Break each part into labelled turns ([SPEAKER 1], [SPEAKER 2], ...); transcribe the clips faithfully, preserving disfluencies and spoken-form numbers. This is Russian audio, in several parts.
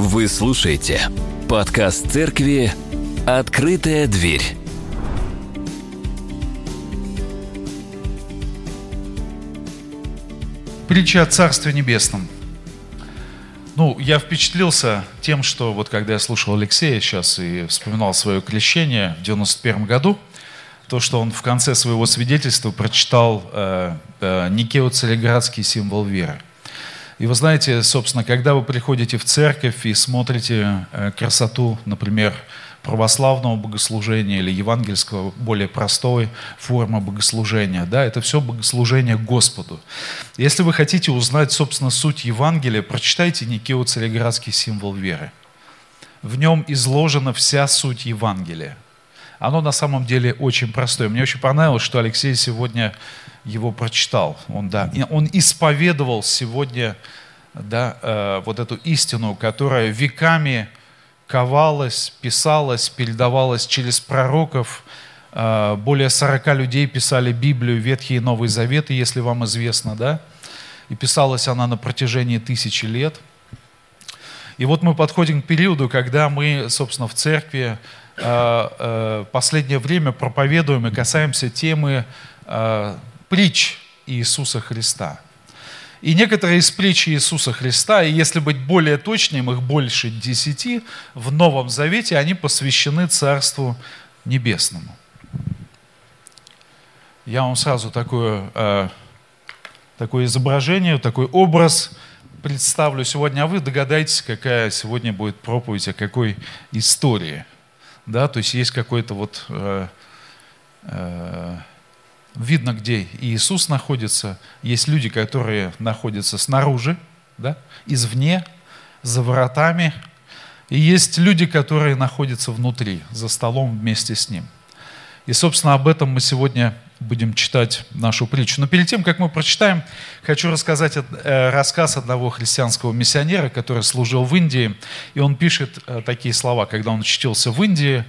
[SPEAKER 1] Вы слушаете подкаст церкви «Открытая дверь».
[SPEAKER 2] Притча о Царстве Небесном. Ну, я впечатлился тем, что вот когда я слушал Алексея сейчас и вспоминал свое крещение в девяносто первом году, то, что он в конце своего свидетельства прочитал э, э, Никео-Цареградский символ веры. И вы знаете, собственно, когда вы приходите в церковь и смотрите э, красоту, например, православного богослужения или евангельского, более простой формы богослужения, да, это все богослужение Господу. Если вы хотите узнать, собственно, суть Евангелия, прочитайте Никео-Цареградский символ веры. В нем изложена вся суть Евангелия. Оно на самом деле очень простое. Мне очень понравилось, что Алексей сегодня его прочитал. Он, да, он исповедовал сегодня, да, э, вот эту истину, которая веками ковалась, писалась, передавалась через пророков. Э, более сорока людей писали Библию, Ветхий и Новый Заветы, если вам известно, да? И писалась она на протяжении тысячи лет. И вот мы подходим к периоду, когда мы, собственно, в церкви э, э, последнее время проповедуем и касаемся темы э, притч Иисуса Христа. И некоторые из притч Иисуса Христа, и если быть более точным, их больше десяти, в Новом Завете они посвящены Царству Небесному. Я вам сразу такое, э, такое изображение, такой образ представлю сегодня, а вы догадаетесь, какая сегодня будет проповедь, о какой истории. Да, то есть есть какой-то вот... Э, э, Видно, где Иисус находится. Есть люди, которые находятся снаружи, да, извне, за воротами. И есть люди, которые находятся внутри, за столом вместе с Ним. И, собственно, об этом мы сегодня будем читать нашу притчу. Но перед тем, как мы прочитаем, хочу рассказать рассказ одного христианского миссионера, который служил в Индии. И он пишет такие слова, когда он очутился в Индии.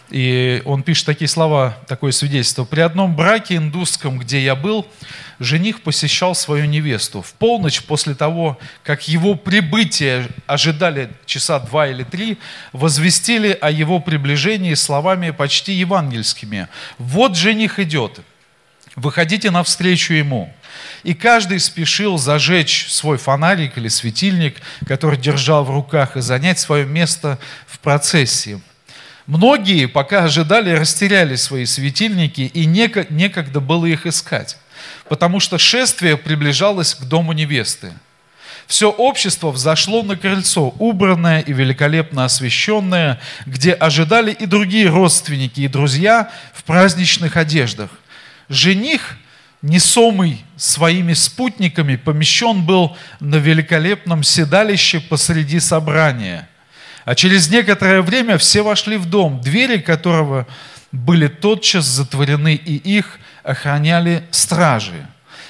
[SPEAKER 2] И он пишет такие слова, такое свидетельство. «При одном браке индусском, где я был, жених посещал свою невесту. В полночь после того, как его прибытие ожидали часа два или три, возвестили о его приближении словами почти евангельскими. «Вот жених идет, выходите навстречу ему». И каждый спешил зажечь свой фонарик или светильник, который держал в руках, и занять свое место в процессии. Многие, пока ожидали, растеряли свои светильники, и некогда было их искать, потому что шествие приближалось к дому невесты. Все общество взошло на крыльцо, убранное и великолепно освещенное, где ожидали и другие родственники и друзья в праздничных одеждах. Жених, несомый своими спутниками, помещен был на великолепном седалище посреди собрания. А через некоторое время все вошли в дом, двери которого были тотчас затворены, и их охраняли стражи.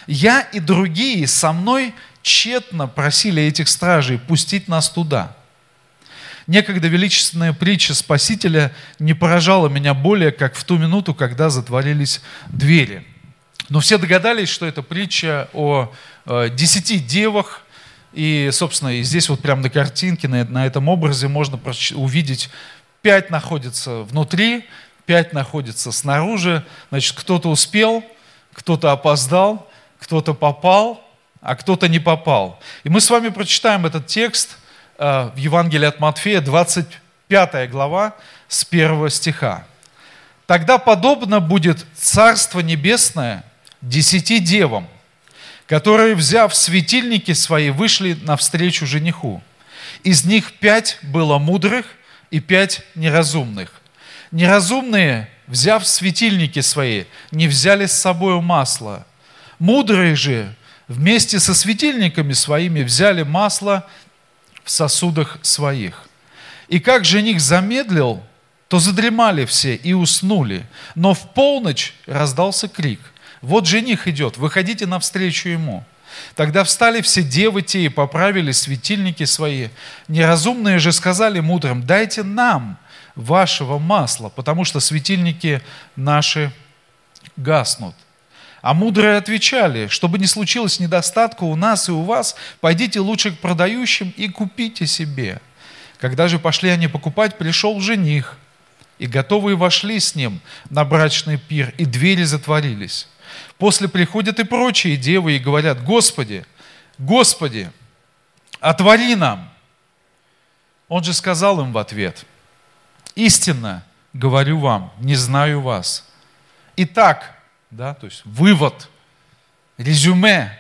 [SPEAKER 2] Я и другие со мной тщетно просили этих стражей пустить нас туда. Некогда величественная притча Спасителя не поражала меня более, как в ту минуту, когда затворились двери. Но все догадались, что это притча о э, десяти девах. И, собственно, и здесь вот прямо на картинке, на, на этом образе можно увидеть, пять находится внутри, пять находится снаружи. Значит, кто-то успел, кто-то опоздал, кто-то попал, а кто-то не попал. И мы с вами прочитаем этот текст э, в Евангелии от Матфея, двадцать пятая глава, с первого стиха. «Тогда подобно будет Царство Небесное десяти девам, которые, взяв светильники свои, вышли навстречу жениху. Из них пять было мудрых и пять неразумных. Неразумные, взяв светильники свои, не взяли с собой масло. Мудрые же вместе со светильниками своими взяли масло в сосудах своих. И как жених замедлил, то задремали все и уснули. Но в полночь раздался крик: вот жених идет, выходите навстречу ему. Тогда встали все девы те и поправили светильники свои. Неразумные же сказали мудрым: дайте нам вашего масла, потому что светильники наши гаснут. А мудрые отвечали: чтобы не случилось недостатка у нас и у вас, пойдите лучше к продающим и купите себе. Когда же пошли они покупать, пришел жених, и готовые вошли с ним на брачный пир, и двери затворились. После приходят и прочие девы и говорят: Господи, Господи, отвори нам. Он же сказал им в ответ: истинно говорю вам, не знаю вас. Итак, да, то есть вывод, резюме.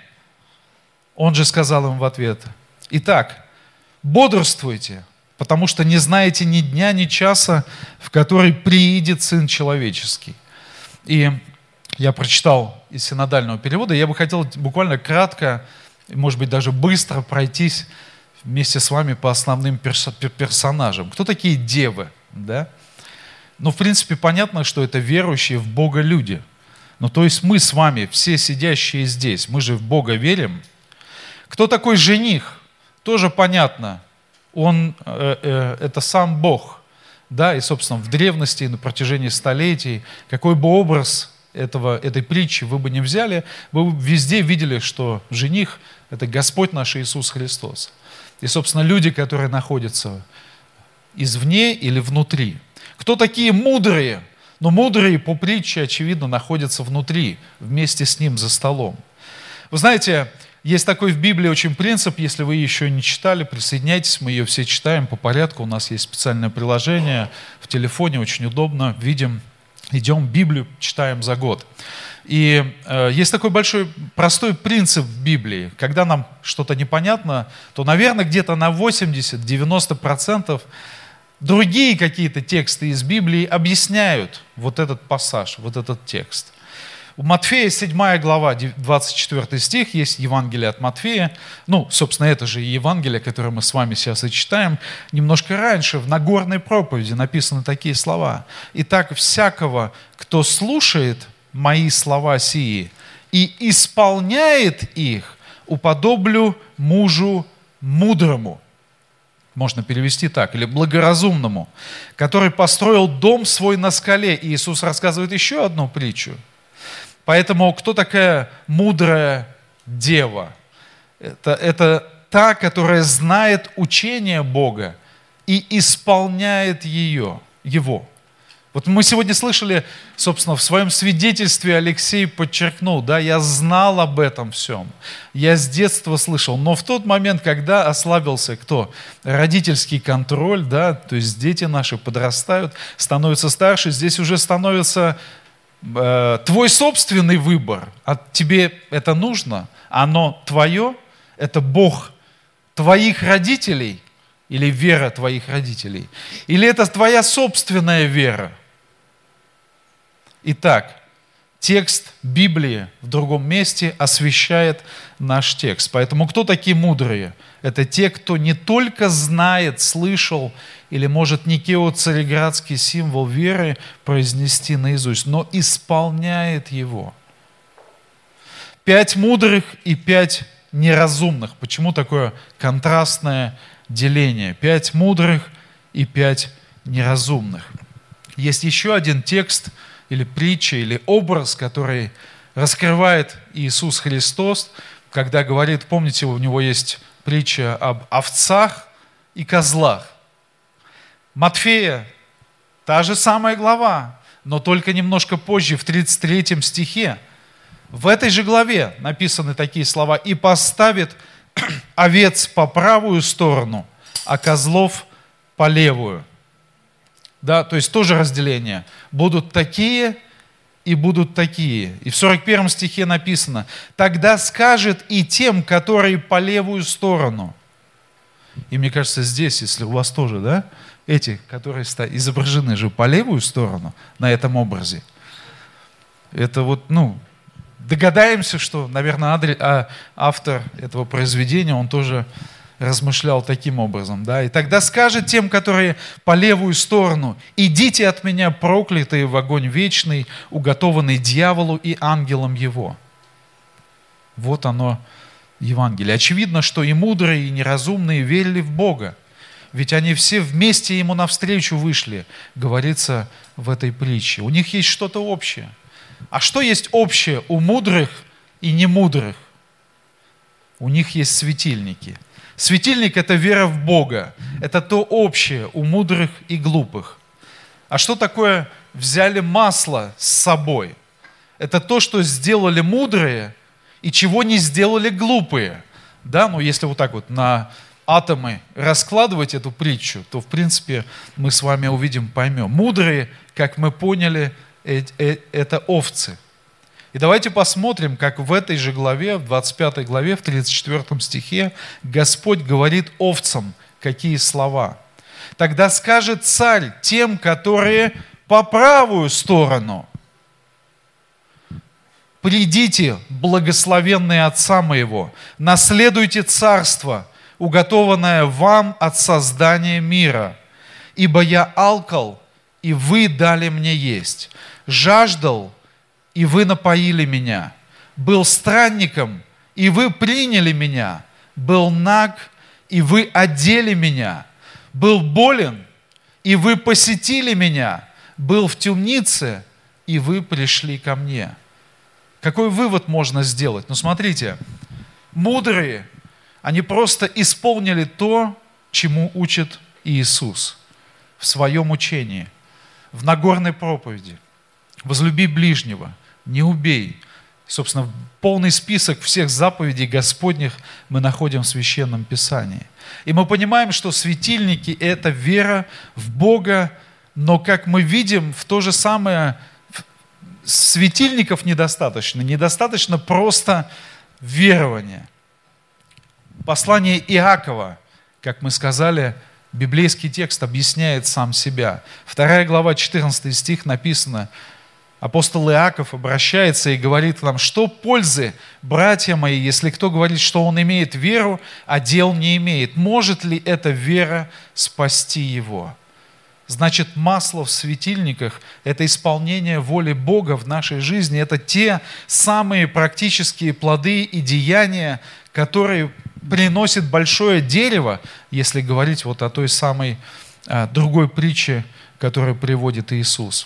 [SPEAKER 2] Он же сказал им в ответ: итак, бодрствуйте, потому что не знаете ни дня, ни часа, в который приидет Сын Человеческий. И я прочитал из синодального перевода, я бы хотел буквально кратко, может быть, даже быстро пройтись вместе с вами по основным персонажам. Кто такие девы? Да? Ну, в принципе, понятно, что это верующие в Бога люди. Ну, то есть мы с вами, все сидящие здесь, мы же в Бога верим. Кто такой жених? Тоже понятно. Он, э, э, это сам Бог. Да? И, собственно, в древности, на протяжении столетий, какой бы образ этого, этой притчи вы бы не взяли, вы везде видели, что жених – это Господь наш Иисус Христос. И, собственно, люди, которые находятся извне или внутри. Кто такие мудрые? Но мудрые по притче, очевидно, находятся внутри, вместе с Ним за столом. Вы знаете, есть такой в Библии очень принцип, если вы еще не читали, присоединяйтесь, мы ее все читаем по порядку, у нас есть специальное приложение в телефоне, очень удобно, видим, идем Библию, читаем за год. И э, есть такой большой, простой принцип в Библии, когда нам что-то непонятно, то, наверное, где-то на восемьдесят-девяносто процентов другие какие-то тексты из Библии объясняют вот этот пассаж, вот этот текст. У Матфея седьмая глава, двадцать четвёртый стих, есть Евангелие от Матфея. Ну, собственно, это же Евангелие, которое мы с вами сейчас и читаем. Немножко раньше в Нагорной проповеди написаны такие слова. «Итак, всякого, кто слушает мои слова сии и исполняет их, уподоблю мужу мудрому». Можно перевести так, или благоразумному, который построил дом свой на скале. И Иисус рассказывает еще одну притчу. Поэтому кто такая мудрая дева? Это, это та, которая знает учение Бога и исполняет ее, его. Вот мы сегодня слышали, собственно, в своем свидетельстве Алексей подчеркнул, да, я знал об этом всем, я с детства слышал, но в тот момент, когда ослабился кто? Родительский контроль, да, то есть дети наши подрастают, становятся старше, здесь уже становится э, твой собственный выбор, а тебе это нужно, оно твое, это Бог твоих родителей или вера твоих родителей, или это твоя собственная вера. Итак, текст Библии в другом месте освещает наш текст. Поэтому кто такие мудрые? Это те, кто не только знает, слышал или может Никео Цареградский символ веры произнести наизусть, но исполняет его. Пять мудрых и пять неразумных. Почему такое контрастное деление? Пять мудрых и пять неразумных. Есть еще один текст, или притча, или образ, который раскрывает Иисус Христос, когда говорит, помните, у него есть притча об овцах и козлах. Матфея, та же самая глава, но только немножко позже, в тридцать третьем стихе. В этой же главе написаны такие слова: «И поставит овец по правую сторону, а козлов по левую». Да, то есть тоже разделение. Будут такие и будут такие. И в сорок первом стихе написано: «Тогда скажет и тем, которые по левую сторону». И мне кажется, здесь, если у вас тоже, да, эти, которые изображены же по левую сторону на этом образе, это вот, ну, догадаемся, что, наверное, автор этого произведения, он тоже размышлял таким образом, да, и тогда скажет тем, которые по левую сторону: «Идите от меня, проклятые, в огонь вечный, уготованный дьяволу и ангелам его». Вот оно, Евангелие. Очевидно, что и мудрые, и неразумные верили в Бога, ведь они все вместе Ему навстречу вышли, говорится в этой притче. У них есть что-то общее. А что есть общее у мудрых и немудрых? У них есть светильники. Светильник – это вера в Бога. Это то общее у мудрых и глупых. А что такое взяли масло с собой? Это то, что сделали мудрые и чего не сделали глупые. Да, ну если вот так вот на атомы раскладывать эту притчу, то в принципе мы с вами увидим, поймем. Мудрые, как мы поняли, это овцы. И давайте посмотрим, как в этой же главе, в двадцать пятой главе, в тридцать четвёртом стихе, Господь говорит овцам какие слова. «Тогда скажет царь тем, которые по правую сторону: придите, благословенные отца моего, наследуйте царство, уготованное вам от создания мира. Ибо я алкал, и вы дали мне есть, жаждал, и вы напоили меня, был странником, и вы приняли меня, был наг, и вы одели меня, был болен, и вы посетили меня, был в темнице, и вы пришли ко мне». Какой вывод можно сделать? Ну смотрите, мудрые, они просто исполнили то, чему учит Иисус в своем учении, в Нагорной проповеди. Возлюби ближнего, не убей. Собственно, полный список всех заповедей Господних мы находим в Священном Писании. И мы понимаем, что светильники – это вера в Бога, но, как мы видим, в то же самое светильников недостаточно. Недостаточно просто верования. Послание Иакова, как мы сказали, библейский текст объясняет сам себя. Вторая глава, четырнадцатый стих написано: апостол Иаков обращается и говорит нам: что пользы, братья мои, если кто говорит, что он имеет веру, а дел не имеет? Может ли эта вера спасти его? Значит, масло в светильниках – это исполнение воли Бога в нашей жизни. Это те самые практические плоды и деяния, которые приносят большое дерево, если говорить вот о той самой а, другой притче, которую приводит Иисус.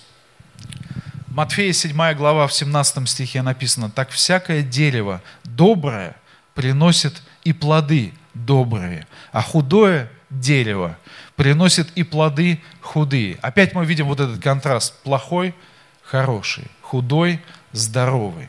[SPEAKER 2] Матфея седьмая глава, в семнадцатом стихе написано: «Так всякое дерево доброе приносит и плоды добрые, а худое дерево приносит и плоды худые». Опять мы видим вот этот контраст: плохой, хороший, худой, здоровый.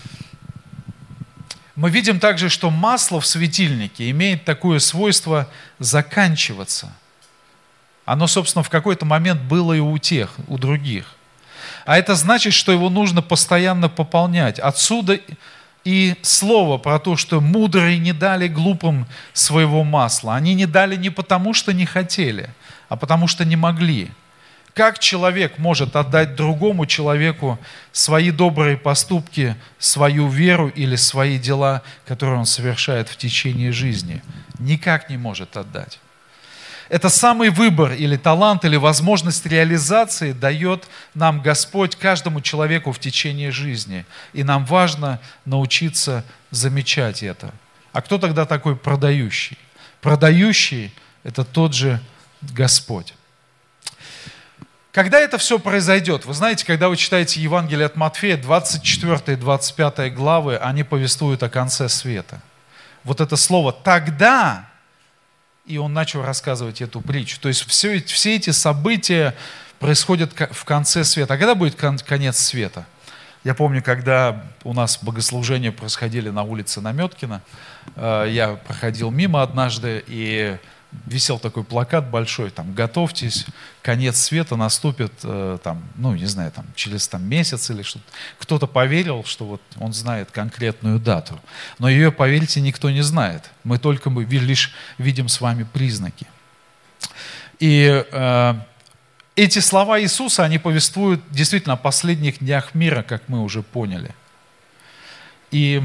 [SPEAKER 2] Мы видим также, что масло в светильнике имеет такое свойство заканчиваться. Оно, собственно, в какой-то момент было и у тех, у других. А это значит, что его нужно постоянно пополнять. Отсюда и слово про то, что мудрые не дали глупым своего масла. Они не дали не потому, что не хотели, а потому, что не могли. Как человек может отдать другому человеку свои добрые поступки, свою веру или свои дела, которые он совершает в течение жизни? Никак не может отдать. Это самый выбор или талант, или возможность реализации дает нам Господь, каждому человеку в течение жизни. И нам важно научиться замечать это. А кто тогда такой продающий? Продающий – это тот же Господь. Когда это все произойдет? Вы знаете, когда вы читаете Евангелие от Матфея, двадцать четвёртая и двадцать пятая главы, они повествуют о конце света. Вот это слово «тогда», и он начал рассказывать эту притчу. То есть все, все эти события происходят в конце света. А когда будет конец света? Я помню, когда у нас богослужения происходили на улице Наметкина, я проходил мимо однажды, и висел такой плакат большой, там: «Готовьтесь, конец света наступит, там, ну, не знаю, там, через там, месяц или что-то». Кто-то поверил, что вот он знает конкретную дату. Но ее, поверьте, никто не знает. Мы только мы лишь видим с вами признаки. И э, эти слова Иисуса, они повествуют действительно о последних днях мира, как мы уже поняли. И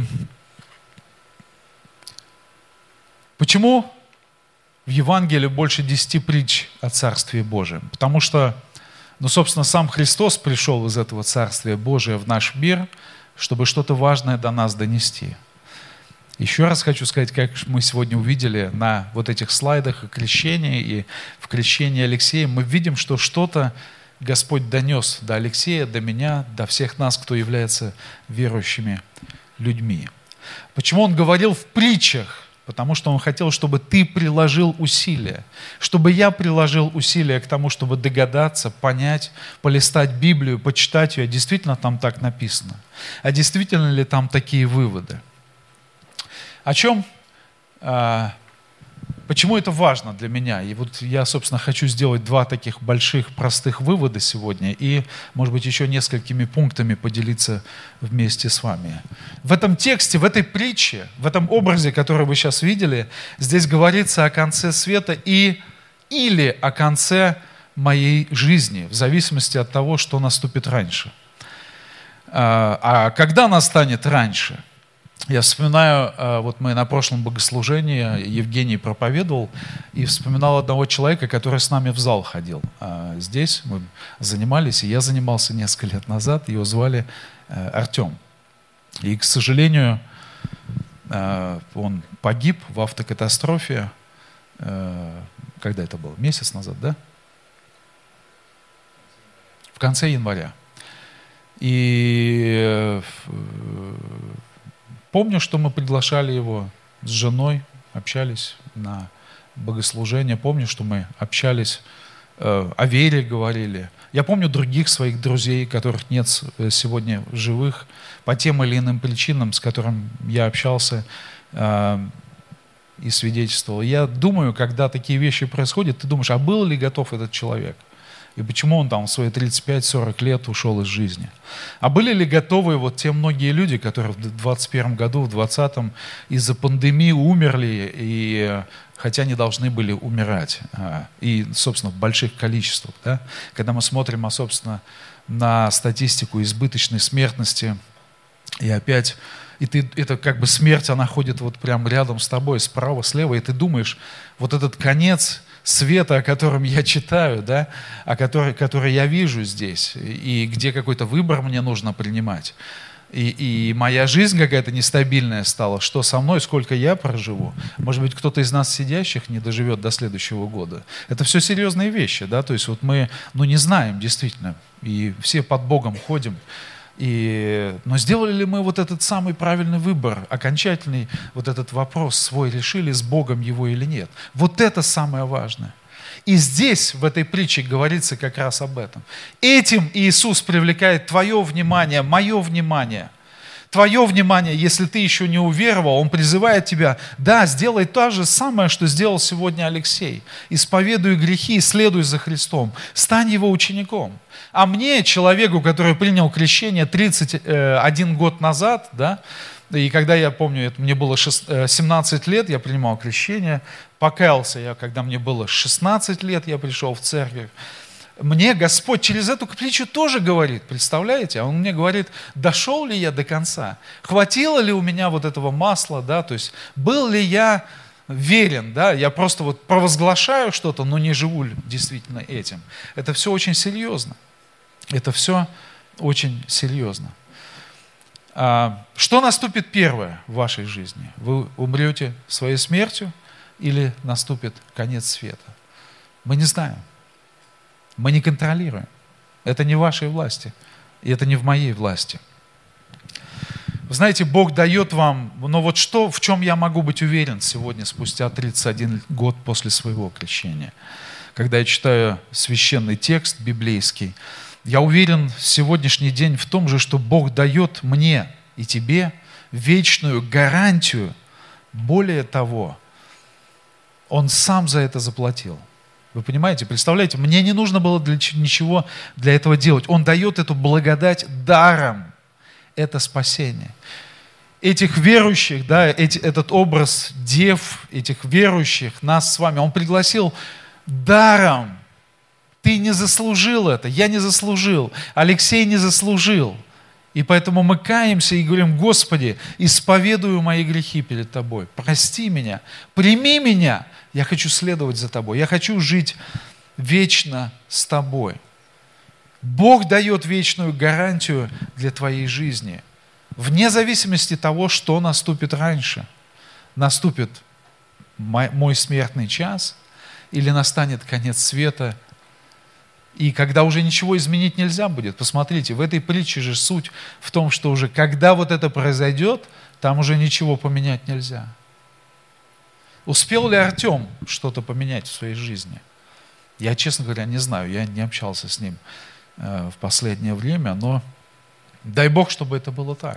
[SPEAKER 2] почему в Евангелии больше десяти притч о Царстве Божьем? Потому что, ну, собственно, сам Христос пришел из этого Царствия Божия в наш мир, чтобы что-то важное до нас донести. Еще раз хочу сказать, как мы сегодня увидели на вот этих слайдах о крещении, и в крещении Алексея мы видим, что что-то Господь донес до Алексея, до меня, до всех нас, кто является верующими людьми. Почему Он говорил в притчах Потому что Он хотел, чтобы ты приложил усилия, чтобы я приложил усилия к тому, чтобы догадаться, понять, полистать Библию, почитать ее. Действительно там так написано? А действительно ли там такие выводы? О чем, а, почему это важно для меня? И вот я, собственно, хочу сделать два таких больших, простых вывода сегодня и, может быть, еще несколькими пунктами поделиться вместе с вами. В этом тексте, в этой притче, в этом образе, который вы сейчас видели, здесь говорится о конце света и или о конце моей жизни, в зависимости от того, что наступит раньше. А когда настанет раньше? Я вспоминаю, вот мы на прошлом богослужении, Евгений проповедовал, и вспоминал одного человека, который с нами в зал ходил. Здесь мы занимались, и я занимался несколько лет назад, его звали Артем. И, к сожалению, он погиб в автокатастрофе, когда это было? Месяц назад, да? В конце января. И помню, что мы приглашали его с женой, общались на богослужение. Помню, что мы общались, э, о вере говорили. Я помню других своих друзей, которых нет сегодня живых, по тем или иным причинам, с которыми я общался э, и свидетельствовал. Я думаю, когда такие вещи происходят, ты думаешь, а был ли готов этот человек? И почему он там в свои тридцать пять сорок лет ушел из жизни? А были ли готовы вот те многие люди, которые в двадцать первом году, в двадцатом из-за пандемии умерли, и, хотя не должны были умирать, и, собственно, в больших количествах. Да? Когда мы смотрим, а, собственно, на статистику избыточной смертности, и опять, и ты, это как бы смерть, она ходит вот прямо рядом с тобой, справа, слева, и ты думаешь, вот этот конец света, о котором я читаю, да, о котором, который я вижу здесь, и где какой-то выбор мне нужно принимать. И, и моя жизнь какая-то нестабильная стала, что со мной, сколько я проживу. Может быть, кто-то из нас сидящих не доживет до следующего года. Это все серьезные вещи, да, то есть вот мы, ну, не знаем действительно, и все под Богом ходим. И, но сделали ли мы вот этот самый правильный выбор, окончательный вот этот вопрос свой решили, с Богом его или нет? Вот это самое важное. И здесь, в этой притче, говорится как раз об этом. Этим Иисус привлекает твое внимание, мое внимание. Твое внимание, если ты еще не уверовал, Он призывает тебя, да, сделай то же самое, что сделал сегодня Алексей. Исповедуй грехи, следуй за Христом, стань Его учеником. А мне, человеку, который принял крещение тридцать один год назад, да, и когда я помню, это мне было семнадцать лет, я принимал крещение, покаялся я, когда мне было шестнадцать лет, я пришел в церковь. Мне Господь через эту притчу тоже говорит, представляете? Он мне говорит, дошел ли я до конца? Хватило ли у меня вот этого масла, да? То есть был ли я верен, да? Я просто вот провозглашаю что-то, но не живу действительно этим. Это все очень серьезно. Это все очень серьезно. А что наступит первое в вашей жизни? Вы умрете своей смертью или наступит конец света? Мы не знаем. Мы не контролируем. Это не в вашей власти. И это не в моей власти. Вы знаете, Бог дает вам, но вот что, в чем я могу быть уверен сегодня, спустя тридцать один год после своего крещения? Когда я читаю священный текст библейский, я уверен в сегодняшний день в том же, что Бог дает мне и тебе вечную гарантию. Более того, Он сам за это заплатил. Вы понимаете, представляете, мне не нужно было для ничего для этого делать. Он дает эту благодать даром. Это спасение. Этих верующих, да, эти, этот образ дев, этих верующих, нас с вами, Он пригласил даром. Ты не заслужил это, я не заслужил, Алексей не заслужил. И поэтому мы каемся и говорим, Господи, исповедую мои грехи перед Тобой, прости меня, прими меня, я хочу следовать за Тобой, я хочу жить вечно с Тобой. Бог дает вечную гарантию для твоей жизни, вне зависимости от того, что наступит раньше. Наступит мой смертный час или настанет конец света, и когда уже ничего изменить нельзя будет. Посмотрите, в этой притче же суть в том, что уже когда вот это произойдет, там уже ничего поменять нельзя. Успел ли Артем что-то поменять в своей жизни? Я, честно говоря, не знаю, я не общался с ним э, в последнее время, но дай Бог, чтобы это было так.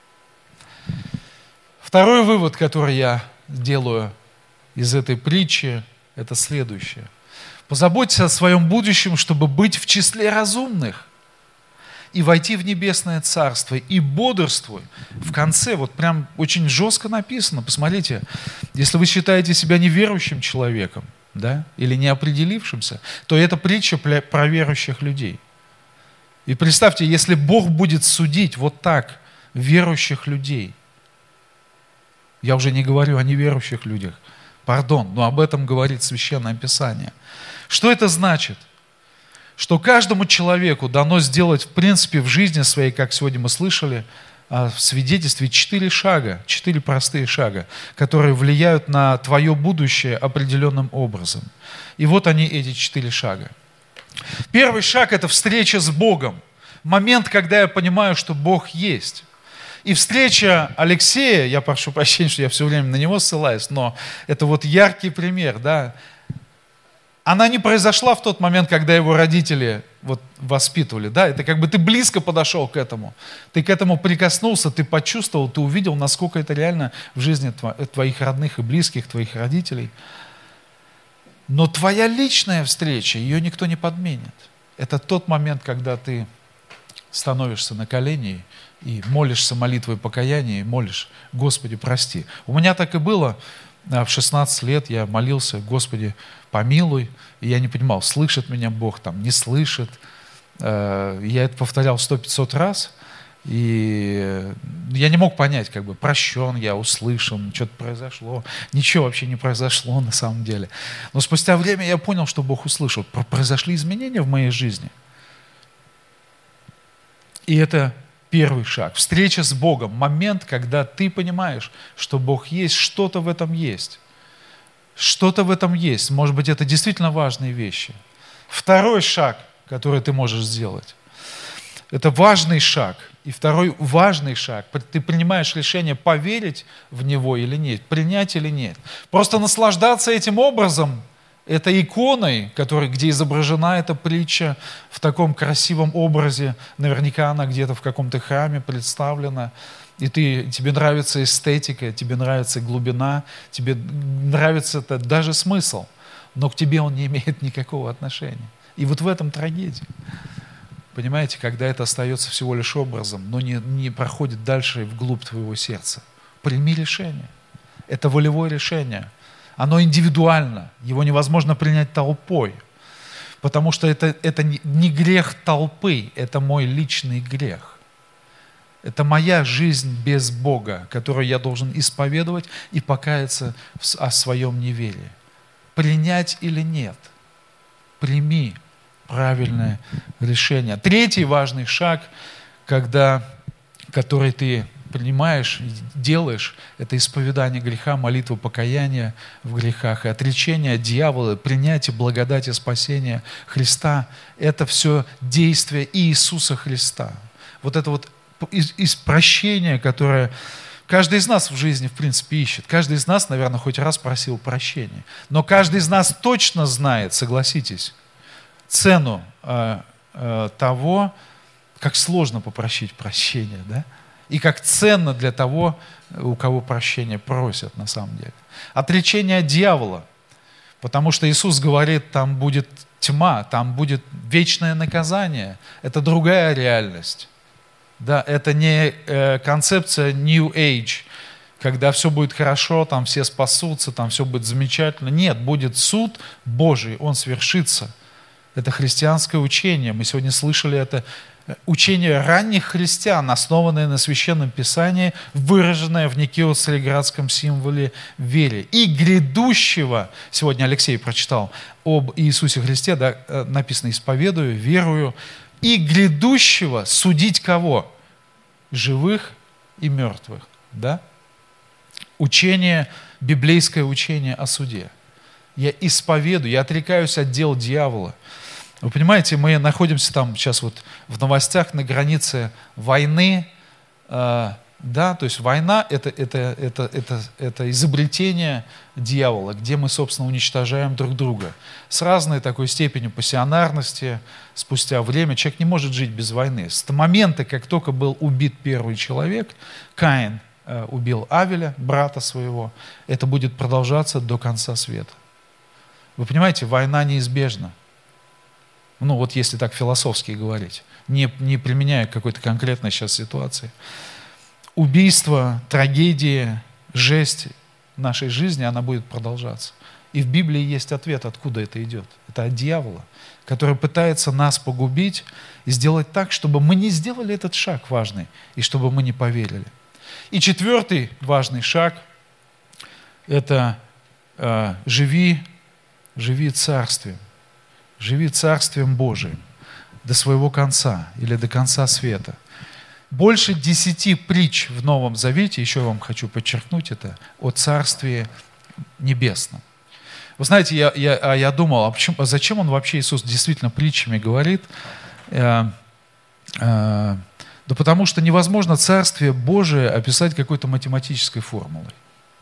[SPEAKER 2] Второй вывод, который я делаю из этой притчи, это следующее. Позаботься о своем будущем, чтобы быть в числе разумных и войти в небесное царство, и бодрствуй. В конце, вот прям очень жестко написано, посмотрите, если вы считаете себя неверующим человеком, да, или неопределившимся, то это притча про верующих людей. И представьте, если Бог будет судить вот так верующих людей, я уже не говорю о неверующих людях, пардон, но об этом говорит Священное Писание. Что это значит? Что каждому человеку дано сделать, в принципе, в жизни своей, как сегодня мы слышали, в свидетельстве четыре шага, четыре простые шага, которые влияют на твое будущее определенным образом. И вот они, эти четыре шага. Первый шаг – это встреча с Богом. Момент, когда я понимаю, что Бог есть. И встреча Алексея, я прошу прощения, что я все время на него ссылаюсь, но это вот яркий пример, да. Она не произошла в тот момент, когда его родители вот воспитывали, да, это как бы ты близко подошел к этому, ты к этому прикоснулся, ты почувствовал, ты увидел, насколько это реально в жизни твоих родных и близких, твоих родителей. Но твоя личная встреча, ее никто не подменит. Это тот момент, когда ты становишься на колени и молишься молитвой покаяния, и молишь: Господи, прости. У меня так и было. В шестнадцать лет я молился: Господи, помилуй. И я не понимал, слышит меня Бог, там, не слышит. Я это повторял сто-пятьсот раз. И я не мог понять, как бы, прощен я, услышан, что-то произошло. Ничего вообще не произошло на самом деле. Но спустя время я понял, что Бог услышал. Произошли изменения в моей жизни. И это первый шаг. Встреча с Богом. Момент, когда ты понимаешь, что Бог есть, что-то в этом есть. Что-то в этом есть. Может быть, это действительно важные вещи. Второй шаг, который ты можешь сделать, это важный шаг. И второй важный шаг. Ты принимаешь решение, поверить в него или нет, принять или нет. Просто наслаждаться этим образом, этой иконой, который, где изображена эта притча в таком красивом образе. Наверняка она где-то в каком-то храме представлена. И ты, тебе нравится эстетика, тебе нравится глубина, тебе нравится это, даже смысл. Но к тебе он не имеет никакого отношения. И вот в этом трагедия. Понимаете, когда это остается всего лишь образом, но не, не проходит дальше вглубь твоего сердца. Прими решение. Это волевое решение. Оно индивидуально. Его невозможно принять толпой. Потому что это, это не грех толпы, это мой личный грех. Это моя жизнь без Бога, которую я должен исповедовать и покаяться о своем неверии. Принять или нет? Прими правильное решение. Третий важный шаг, когда, который ты принимаешь, делаешь, это исповедание греха, молитва покаяния в грехах и отречение от дьявола, принятие благодати спасения Христа. Это все действие Иисуса Христа. Вот это вот из, из прощения, которое каждый из нас в жизни, в принципе, ищет. Каждый из нас, наверное, хоть раз просил прощения. Но каждый из нас точно знает, согласитесь, цену э, э, того, как сложно попросить прощения, да? И как ценно для того, у кого прощения просят на самом деле. Отречение от дьявола. Потому что Иисус говорит, там будет тьма, там будет вечное наказание. Это другая реальность. Да, это не э, концепция New Age, когда все будет хорошо, там все спасутся, там все будет замечательно. Нет, будет суд Божий, он свершится. Это христианское учение. Мы сегодня слышали это учение ранних христиан, основанное на Священном Писании, выраженное в Никео-Цареградском символе веры. И грядущего, сегодня Алексей прочитал об Иисусе Христе, да, написано: «Исповедую, верую». И грядущего судить кого? Живых и мертвых. Да? Учение, библейское учение о суде. Я исповедую, я отрекаюсь от дел дьявола. Вы понимаете, мы находимся там сейчас вот в новостях на границе войны, э, Да, то есть война это, это, это, это, это изобретение дьявола, где мы, собственно, уничтожаем друг друга. С разной такой степенью пассионарности, спустя время, человек не может жить без войны. С момента, как только был убит первый человек, Каин э, убил Авеля, брата своего, это будет продолжаться до конца света. Вы понимаете, война неизбежна. Ну вот если так философски говорить, не, не применяя к какой-то конкретной сейчас ситуации. Убийство, трагедия, жесть нашей жизни, она будет продолжаться. И в Библии есть ответ, откуда это идет. Это от дьявола, который пытается нас погубить и сделать так, чтобы мы не сделали этот шаг важный, и чтобы мы не поверили. И четвертый важный шаг – это э, живи, живи царствием, живи царствием Божиим до своего конца или до конца света. Больше десяти притч в Новом Завете, еще вам хочу подчеркнуть это, о Царстве Небесном. Вы знаете, я, я, я думал, а, почему, а зачем он вообще, Иисус, действительно притчами говорит? Э, э, да потому что невозможно Царствие Божие описать какой-то математической формулой.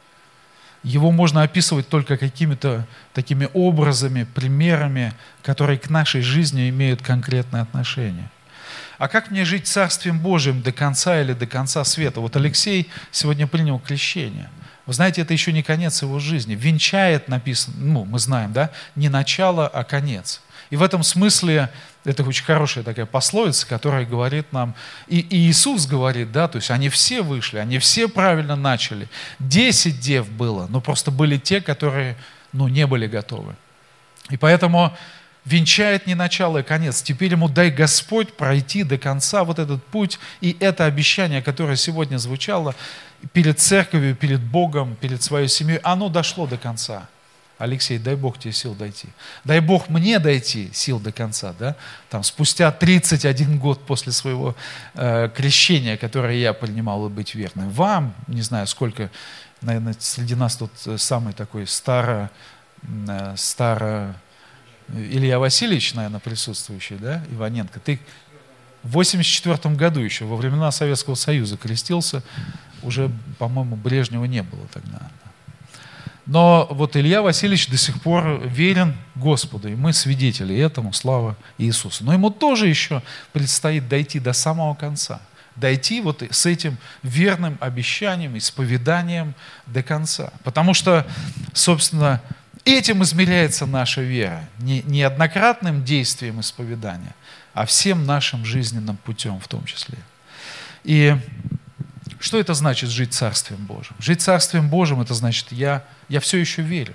[SPEAKER 2] Его можно описывать только какими-то такими образами, примерами, которые к нашей жизни имеют конкретное отношение. А как мне жить Царствием Божиим до конца или до конца света? Вот Алексей сегодня принял крещение. Вы знаете, это еще не конец его жизни. Венчает написано, ну, мы знаем, да, не начало, а конец. И в этом смысле это очень хорошая такая пословица, которая говорит нам, и, и Иисус говорит, да, то есть они все вышли, они все правильно начали. Десять дев было, но просто были те, которые, ну, не были готовы. И поэтому венчает не начало и конец. Теперь ему дай Господь пройти до конца вот этот путь. И это обещание, которое сегодня звучало перед церковью, перед Богом, перед своей семьей, оно дошло до конца. Алексей, дай Бог тебе сил дойти. Дай Бог мне дойти сил до конца. Да? Там, спустя тридцать один год после своего э, крещения, которое я принимал, и быть верным. Вам, не знаю сколько, наверное, среди нас тут самый такой старо, э, старо Илья Васильевич, наверное, присутствующий, да, Иваненко, ты в восемьдесят четвёртом году еще, во времена Советского Союза крестился, уже, по-моему, Брежнева не было тогда. Но вот Илья Васильевич до сих пор верен Господу, и мы свидетели этому, слава Иисусу. Но ему тоже еще предстоит дойти до самого конца, дойти вот с этим верным обещанием, исповеданием до конца. Потому что, собственно, этим измеряется наша вера. Не, не однократным действием исповедания, а всем нашим жизненным путем в том числе. И что это значит жить Царствием Божьим? Жить Царствием Божьим, это значит, я, я все еще верю.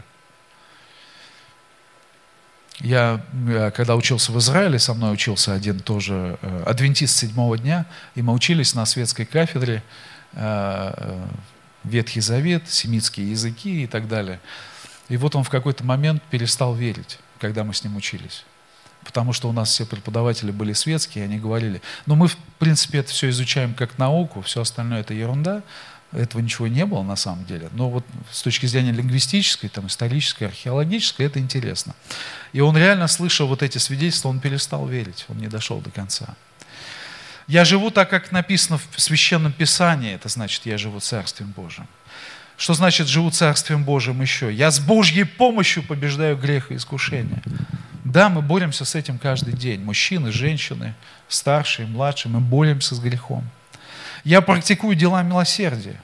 [SPEAKER 2] Я, когда учился в Израиле, со мной учился один тоже э, адвентист седьмого дня, и мы учились на светской кафедре э, Ветхий Завет, семитские языки и так далее. И вот он в какой-то момент перестал верить, когда мы с ним учились. Потому что у нас все преподаватели были светские, и они говорили, ну мы в принципе это все изучаем как науку, все остальное это ерунда, этого ничего не было на самом деле. Но вот с точки зрения лингвистической, там, исторической, археологической, это интересно. И он реально, слышал вот эти свидетельства, он перестал верить, он не дошел до конца. Я живу так, как написано в Священном Писании, это значит, я живу Царствием Божьим. Что значит живу Царствием Божьим еще? Я с Божьей помощью побеждаю грех и искушение. Да, мы боремся с этим каждый день. Мужчины, женщины, старшие, младшие, мы боремся с грехом. Я практикую дела милосердия.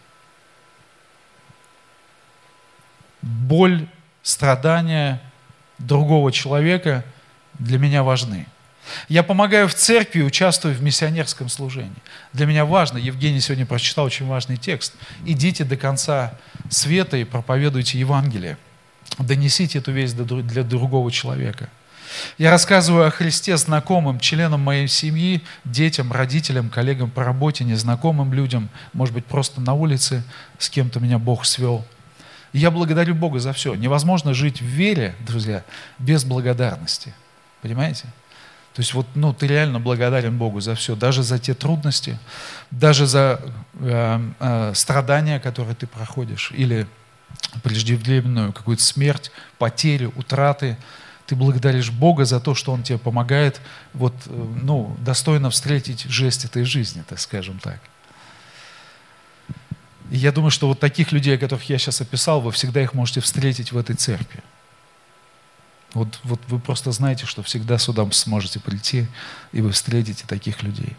[SPEAKER 2] Боль, страдания другого человека для меня важны. Я помогаю в церкви, участвую в миссионерском служении. Для меня важно, Евгений сегодня прочитал очень важный текст. Идите до конца света и проповедуйте Евангелие. Донесите эту весть для другого человека. Я рассказываю о Христе знакомым, членам моей семьи, детям, родителям, коллегам по работе, незнакомым людям, может быть, просто на улице, с кем-то меня Бог свел. И я благодарю Бога за все. Невозможно жить в вере, друзья, без благодарности. Понимаете? То есть вот, ну, ты реально благодарен Богу за все, даже за те трудности, даже за э, э, страдания, которые ты проходишь, или преждевременную какую-то смерть, потерю, утраты. Ты благодаришь Бога за то, что Он тебе помогает вот, ну, достойно встретить жесть этой жизни, так скажем так. И я думаю, что вот таких людей, которых я сейчас описал, вы всегда их можете встретить в этой церкви. Вот, вот вы просто знаете, что всегда сюда сможете прийти, и вы встретите таких людей.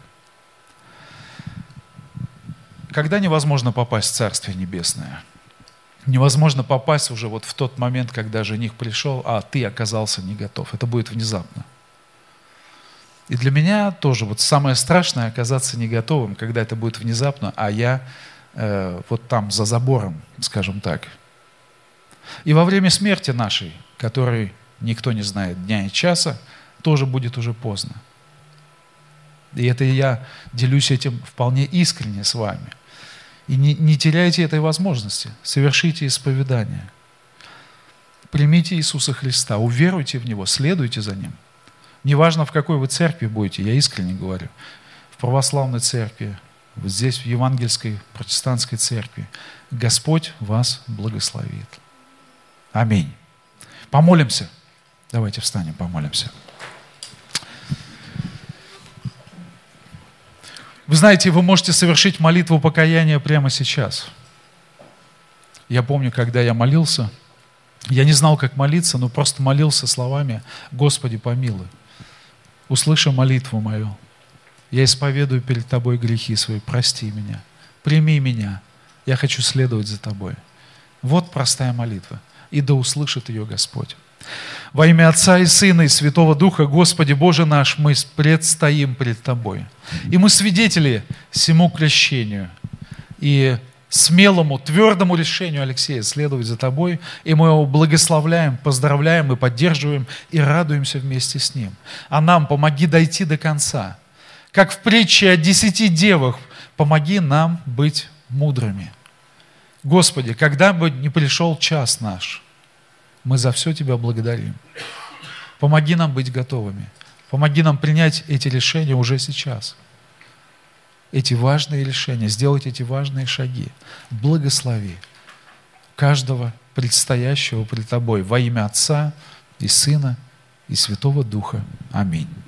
[SPEAKER 2] Когда невозможно попасть в Царствие Небесное? Невозможно попасть уже вот в тот момент, когда жених пришел, а ты оказался не готов. Это будет внезапно. И для меня тоже вот самое страшное оказаться не готовым, когда это будет внезапно, а я э, вот там за забором, скажем так. И во время смерти нашей, которой никто не знает дня и часа, тоже будет уже поздно. И это я делюсь этим вполне искренне с вами. И не, не теряйте этой возможности. Совершите исповедание. Примите Иисуса Христа, уверуйте в Него, следуйте за Ним. Неважно, в какой вы церкви будете, я искренне говорю. В православной церкви, вот здесь, в евангельской протестантской церкви. Господь вас благословит. Аминь. Помолимся. Давайте встанем, помолимся. Вы знаете, вы можете совершить молитву покаяния прямо сейчас. Я помню, когда я молился, я не знал, как молиться, но просто молился словами: «Господи, помилуй, услыши молитву мою. Я исповедую перед Тобой грехи свои, прости меня, прими меня, я хочу следовать за Тобой». Вот простая молитва. И да услышит ее Господь. Во имя Отца и Сына и Святого Духа, Господи Боже наш, мы предстоим пред Тобой. И мы свидетели всему крещению и смелому, твердому решению Алексея следовать за Тобой. И мы его благословляем, поздравляем и поддерживаем, и радуемся вместе с ним. А нам помоги дойти до конца. Как в притче о десяти девах, помоги нам быть мудрыми. Господи, когда бы ни пришел час наш, мы за все Тебя благодарим. Помоги нам быть готовыми. Помоги нам принять эти решения уже сейчас. Эти важные решения, сделать эти важные шаги. Благослови каждого предстоящего пред Тобой во имя Отца и Сына и Святого Духа. Аминь.